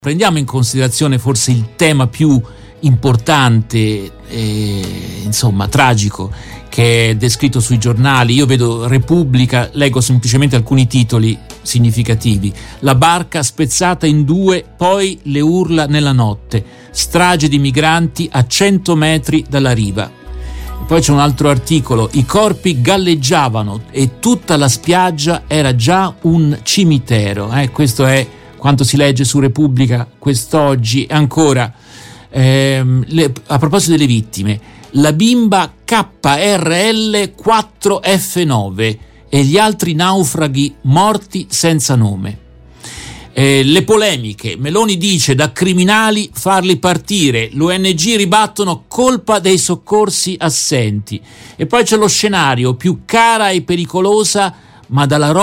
Prendiamo in considerazione forse il tema più importante, tragico, che è descritto sui giornali. Io vedo Repubblica, leggo semplicemente alcuni titoli significativi. La barca spezzata in due, poi le urla nella notte. Strage di migranti a 100 metri dalla riva. E poi c'è un altro articolo. I corpi galleggiavano e tutta la spiaggia era già un cimitero. Questo è quanto si legge su Repubblica quest'oggi. Ancora, a proposito delle vittime, la bimba KRL 4F9 e gli altri naufraghi morti senza nome. Le polemiche. Meloni dice da criminali farli partire, l'ONG ribattono colpa dei soccorsi assenti. E poi c'è lo scenario: più cara e pericolosa, ma dalla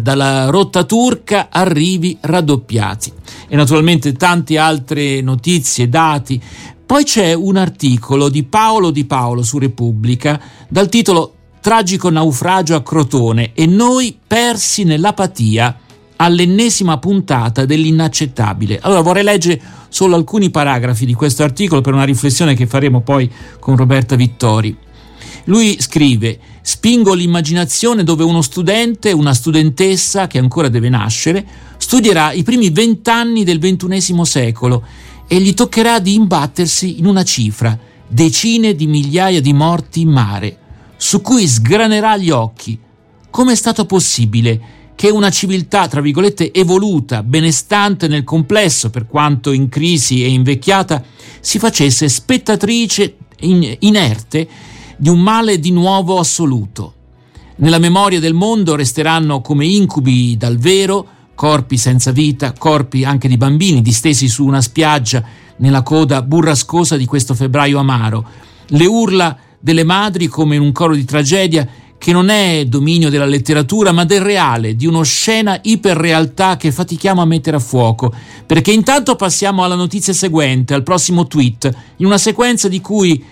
rotta turca arrivi raddoppiati. E naturalmente tante altre notizie, dati. Poi c'è un articolo di Paolo Di Paolo su Repubblica dal titolo Tragico naufragio a Crotone e noi persi nell'apatia all'ennesima puntata dell'inaccettabile. Allora vorrei leggere solo alcuni paragrafi di questo articolo per una riflessione che faremo poi con Roberta Vittori. Lui scrive: spingo l'immaginazione dove uno studente, una studentessa che ancora deve nascere, studierà i primi 20 anni del XXI secolo e gli toccherà di imbattersi in una cifra, decine di migliaia di morti in mare, su cui sgranerà gli occhi. Come è stato possibile che una civiltà, tra virgolette, evoluta, benestante nel complesso, per quanto in crisi e invecchiata, si facesse spettatrice inerte di un male di nuovo assoluto? Nella memoria del mondo resteranno come incubi dal vero, corpi senza vita, corpi anche di bambini distesi su una spiaggia nella coda burrascosa di questo febbraio amaro, le urla delle madri come in un coro di tragedia che non è dominio della letteratura ma del reale, di un'oscena iperrealtà che fatichiamo a mettere a fuoco, perché intanto passiamo alla notizia seguente, al prossimo tweet, in una sequenza in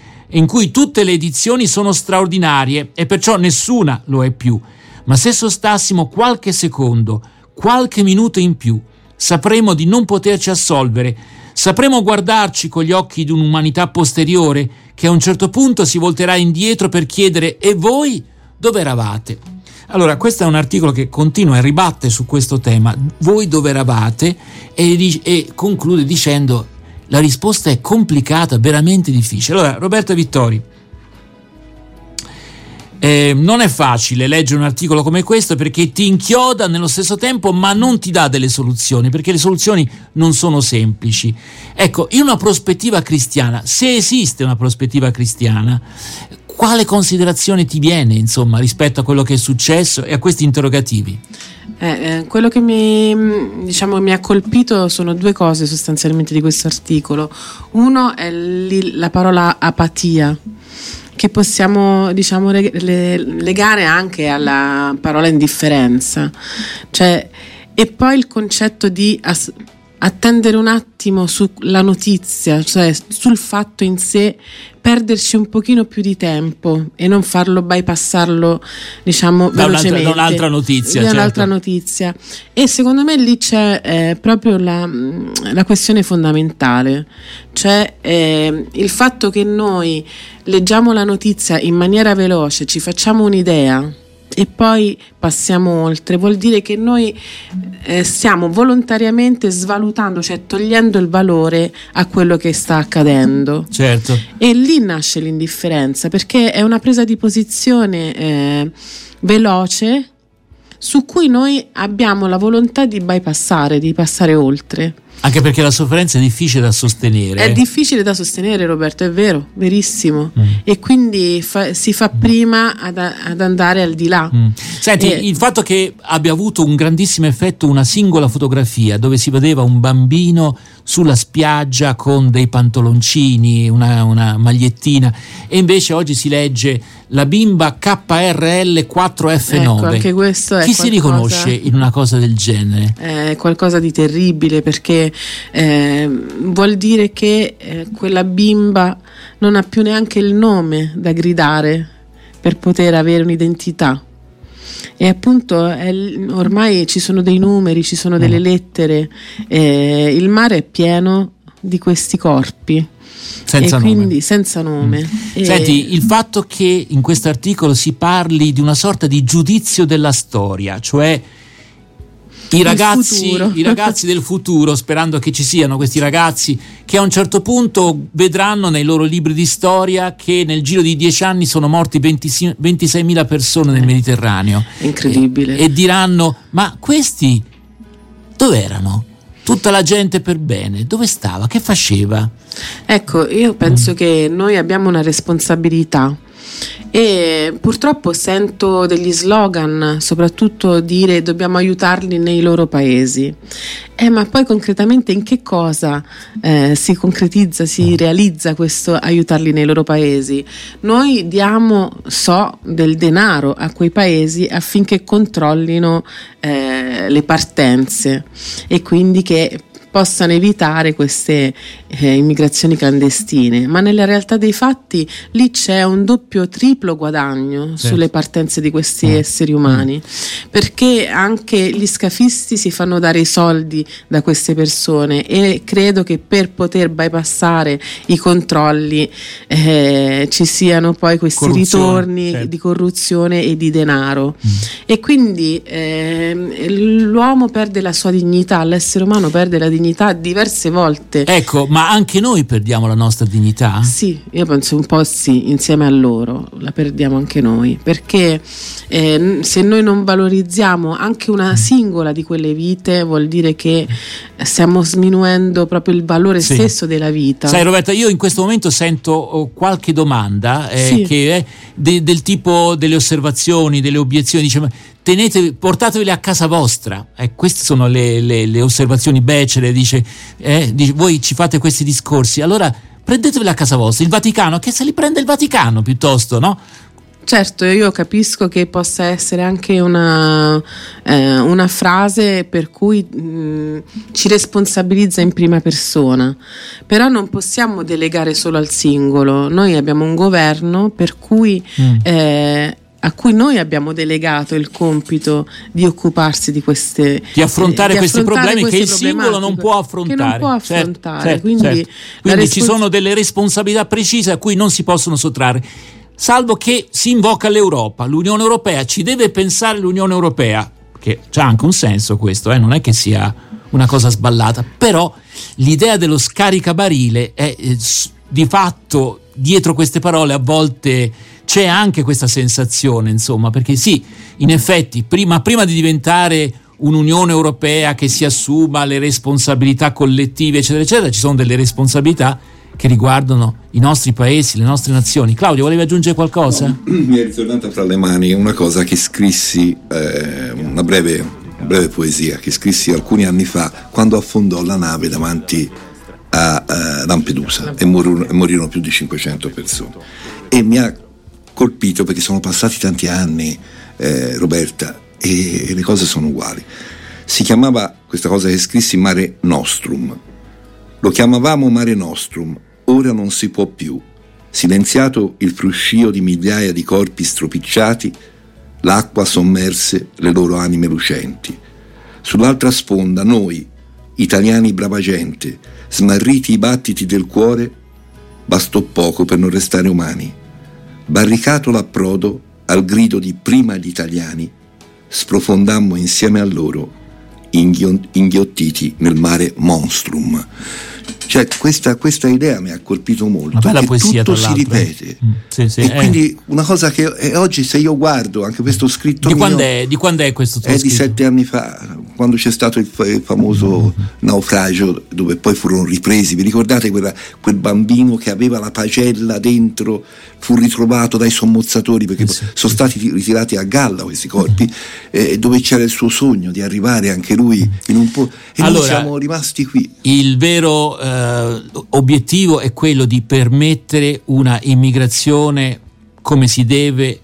cui tutte le edizioni sono straordinarie e perciò nessuna lo è più. Ma se sostassimo qualche secondo, qualche minuto in più, sapremo di non poterci assolvere, sapremo guardarci con gli occhi di un'umanità posteriore che a un certo punto si volterà indietro per chiedere: e voi dove eravate? Allora, questo è un articolo che continua e ribatte su questo tema, voi dove eravate, e conclude dicendo: la risposta è complicata, veramente difficile. Allora, Roberta Vittori, non è facile leggere un articolo come questo perché ti inchioda nello stesso tempo ma non ti dà delle soluzioni, perché le soluzioni non sono semplici. Ecco, in una prospettiva cristiana, se esiste una prospettiva cristiana, quale considerazione ti viene, insomma, rispetto a quello che è successo e a questi interrogativi? Quello che mi ha colpito sono due cose sostanzialmente di questo articolo. Uno è la parola apatia, che possiamo legare anche alla parola indifferenza, e poi il concetto di attendere un attimo sulla notizia, cioè sul fatto in sé, perderci un pochino più di tempo e non farlo bypassarlo, velocemente da un'altra notizia, un'altra notizia. E secondo me lì c'è proprio la questione fondamentale, cioè il fatto che noi leggiamo la notizia in maniera veloce, ci facciamo un'idea e poi passiamo oltre, vuol dire che noi stiamo volontariamente svalutando, cioè togliendo il valore a quello che sta accadendo. Certo. E lì nasce l'indifferenza, perché è una presa di posizione veloce su cui noi abbiamo la volontà di bypassare, di passare oltre. Anche perché la sofferenza è difficile da sostenere. È difficile da sostenere, Roberto, è vero, verissimo. E quindi si fa prima ad andare al di là. Senti, il fatto che abbia avuto un grandissimo effetto una singola fotografia dove si vedeva un bambino sulla spiaggia con dei pantaloncini, una magliettina, e invece oggi si legge la bimba KRL 4F9. Ecco, anche questo è Chi si riconosce in una cosa del genere? È qualcosa di terribile, perché vuol dire che quella bimba non ha più neanche il nome da gridare per poter avere un'identità. E appunto ormai ci sono dei numeri, ci sono delle lettere, il mare è pieno di questi corpi. Senza quindi nome. Senza nome. Senti, il fatto che in questo articolo si parli di una sorta di giudizio della storia, cioè i ragazzi del futuro, sperando che ci siano questi ragazzi che a un certo punto vedranno nei loro libri di storia che nel giro di 10 anni sono morti 26.000 persone nel Mediterraneo. È incredibile. E diranno: ma questi dove erano? Tutta la gente per bene, dove stava? Che faceva? Ecco, io penso che noi abbiamo una responsabilità e purtroppo sento degli slogan, soprattutto dire dobbiamo aiutarli nei loro paesi, ma poi concretamente in che cosa si concretizza, si realizza questo aiutarli nei loro paesi? Noi diamo del denaro a quei paesi affinché controllino le partenze e quindi che possano evitare queste immigrazioni clandestine, ma nella realtà dei fatti lì c'è un doppio o triplo guadagno sulle partenze di questi esseri umani, perché anche gli scafisti si fanno dare i soldi da queste persone e credo che per poter bypassare i controlli ci siano poi questi ritorni di corruzione e di denaro e quindi l'uomo perde la sua dignità, l'essere umano perde la dignità diverse volte. Ecco, ma anche noi perdiamo la nostra dignità? Sì, io penso un po' sì, insieme a loro la perdiamo anche noi, perché se noi non valorizziamo anche una singola di quelle vite vuol dire che stiamo sminuendo proprio il valore stesso della vita. Sai Roberta, io in questo momento sento qualche domanda che è del tipo delle osservazioni, delle obiezioni, dice ma portatevele a casa vostra. Queste sono le osservazioni becere, dice voi ci fate questi discorsi, allora prendetevele a casa vostra. Il Vaticano, che se li prende il Vaticano piuttosto, no? Certo, io capisco che possa essere anche una frase per cui ci responsabilizza in prima persona, però non possiamo delegare solo al singolo. Noi abbiamo un governo per cui a cui noi abbiamo delegato il compito di occuparsi di queste di affrontare questi problemi che il singolo non può affrontare. Certo, quindi ci sono delle responsabilità precise a cui non si possono sottrarre, salvo che si invoca l'Europa, l'Unione Europea. Ci deve pensare l'Unione Europea, che c'ha anche un senso questo, non è che sia una cosa sballata, però l'idea dello scaricabarile è di fatto dietro queste parole a volte c'è anche questa sensazione, insomma, perché sì, in effetti prima di diventare un'Unione Europea che si assuma le responsabilità collettive eccetera eccetera, ci sono delle responsabilità che riguardano i nostri paesi, le nostre nazioni. Claudio, volevi aggiungere qualcosa? No, mi è ritornata fra le mani una cosa che scrissi, una breve poesia che scrissi alcuni anni fa quando affondò la nave davanti a Lampedusa e morirono più di 500 persone, e mi ha colpito perché sono passati tanti anni, Roberta, e le cose sono uguali. Si chiamava questa cosa che scrissi Mare Nostrum, lo chiamavamo Mare Nostrum, ora non si può più. Silenziato il fruscio di migliaia di corpi stropicciati, l'acqua sommerse le loro anime lucenti. Sull'altra sponda noi, italiani brava gente, smarriti i battiti del cuore, bastò poco per non restare umani. Barricato l'approdo al grido di prima gli italiani, sprofondammo insieme a loro, inghiottiti nel mare monstrum. Cioè questa idea mi ha colpito molto, che poesia, tutto si ripete quindi una cosa che oggi, se io guardo anche questo scritto di quando è questo tuo è scritto? Di 7 anni fa, quando c'è stato il famoso naufragio dove poi furono ripresi. Vi ricordate quel bambino che aveva la pagella dentro, fu ritrovato dai sommozzatori perché sono stati ritirati a galla questi corpi, dove c'era il suo sogno di arrivare anche lui in un po', e allora, noi siamo rimasti qui. Il vero obiettivo è quello di permettere una immigrazione come si deve,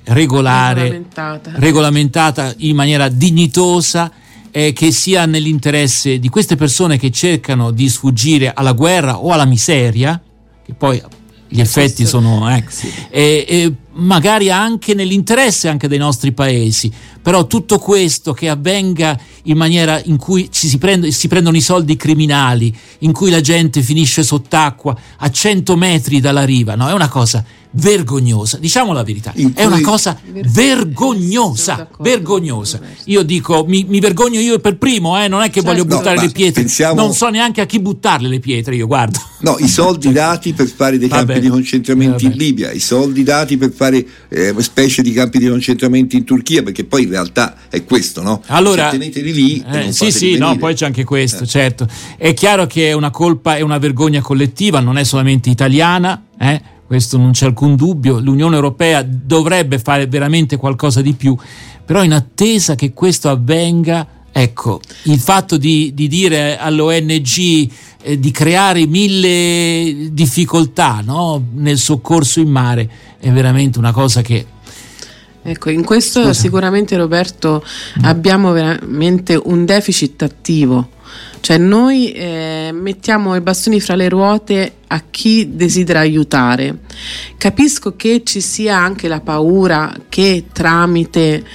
regolamentata in maniera dignitosa, che sia nell'interesse di queste persone che cercano di sfuggire alla guerra o alla miseria, che poi gli effetti sono magari anche nell'interesse anche dei nostri paesi, però tutto questo che avvenga in maniera in cui si prendono i soldi criminali, in cui la gente finisce sott'acqua a 100 metri dalla riva, no? È una cosa vergognosa, diciamo la verità, è una cosa vergognosa. Io dico, mi vergogno io per primo, non è che voglio buttare le pietre, non so neanche a chi buttarle le pietre, io guardo. No, i soldi dati per fare dei campi di concentramento in Libia, i soldi dati per fare specie di campi di concentramento in Turchia, perché poi in realtà è questo, no? Allora, se teneteli lì sì, no, poi c'è anche questo, certo. È chiaro che è una colpa, è una vergogna collettiva, non è solamente italiana, questo non c'è alcun dubbio. L'Unione Europea dovrebbe fare veramente qualcosa di più, però in attesa che questo avvenga, ecco, il fatto di dire all'ONG di creare 1000 difficoltà, no, nel soccorso in mare è veramente una cosa che... Ecco, in questo sicuramente, Roberto, abbiamo veramente un deficit attivo, cioè noi mettiamo i bastoni fra le ruote a chi desidera aiutare. Capisco che ci sia anche la paura che tramite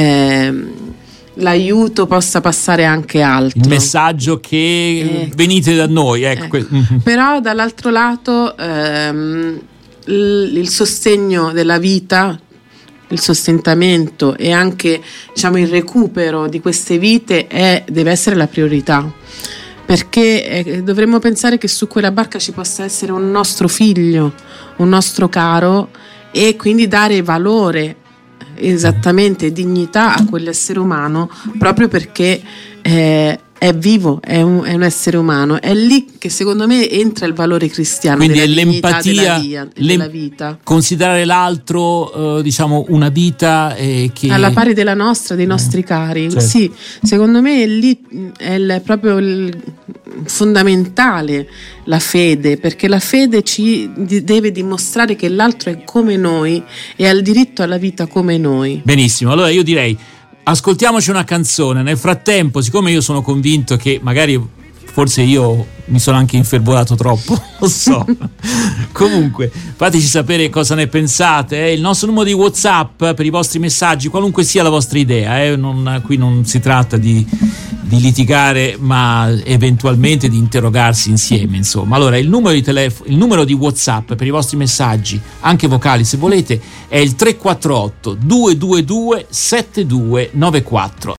l'aiuto possa passare anche altro, il messaggio che venite da noi, ecco. Però dall'altro lato il sostegno della vita, il sostentamento e anche, diciamo, il recupero di queste vite deve essere la priorità, perché dovremmo pensare che su quella barca ci possa essere un nostro figlio, un nostro caro, e quindi dare valore, esattamente, dignità a quell'essere umano, proprio perché è vivo, è un essere umano. È lì che secondo me entra il valore cristiano, quindi della è l'empatia della vita. Considerare l'altro diciamo una vita che alla pari della nostra, dei nostri cari. Certo. Sì, secondo me lì è proprio fondamentale la fede, perché la fede ci deve dimostrare che l'altro è come noi e ha il diritto alla vita come noi. Benissimo, allora io direi ascoltiamoci una canzone. Nel frattempo, siccome io sono convinto che magari forse io mi sono anche infervorato troppo, lo so. Comunque fateci sapere cosa ne pensate, il nostro numero di WhatsApp per i vostri messaggi, qualunque sia la vostra idea, qui non si tratta di litigare, ma eventualmente di interrogarsi insieme, insomma. Allora il numero di WhatsApp per i vostri messaggi, anche vocali se volete, è il 348 222 7294.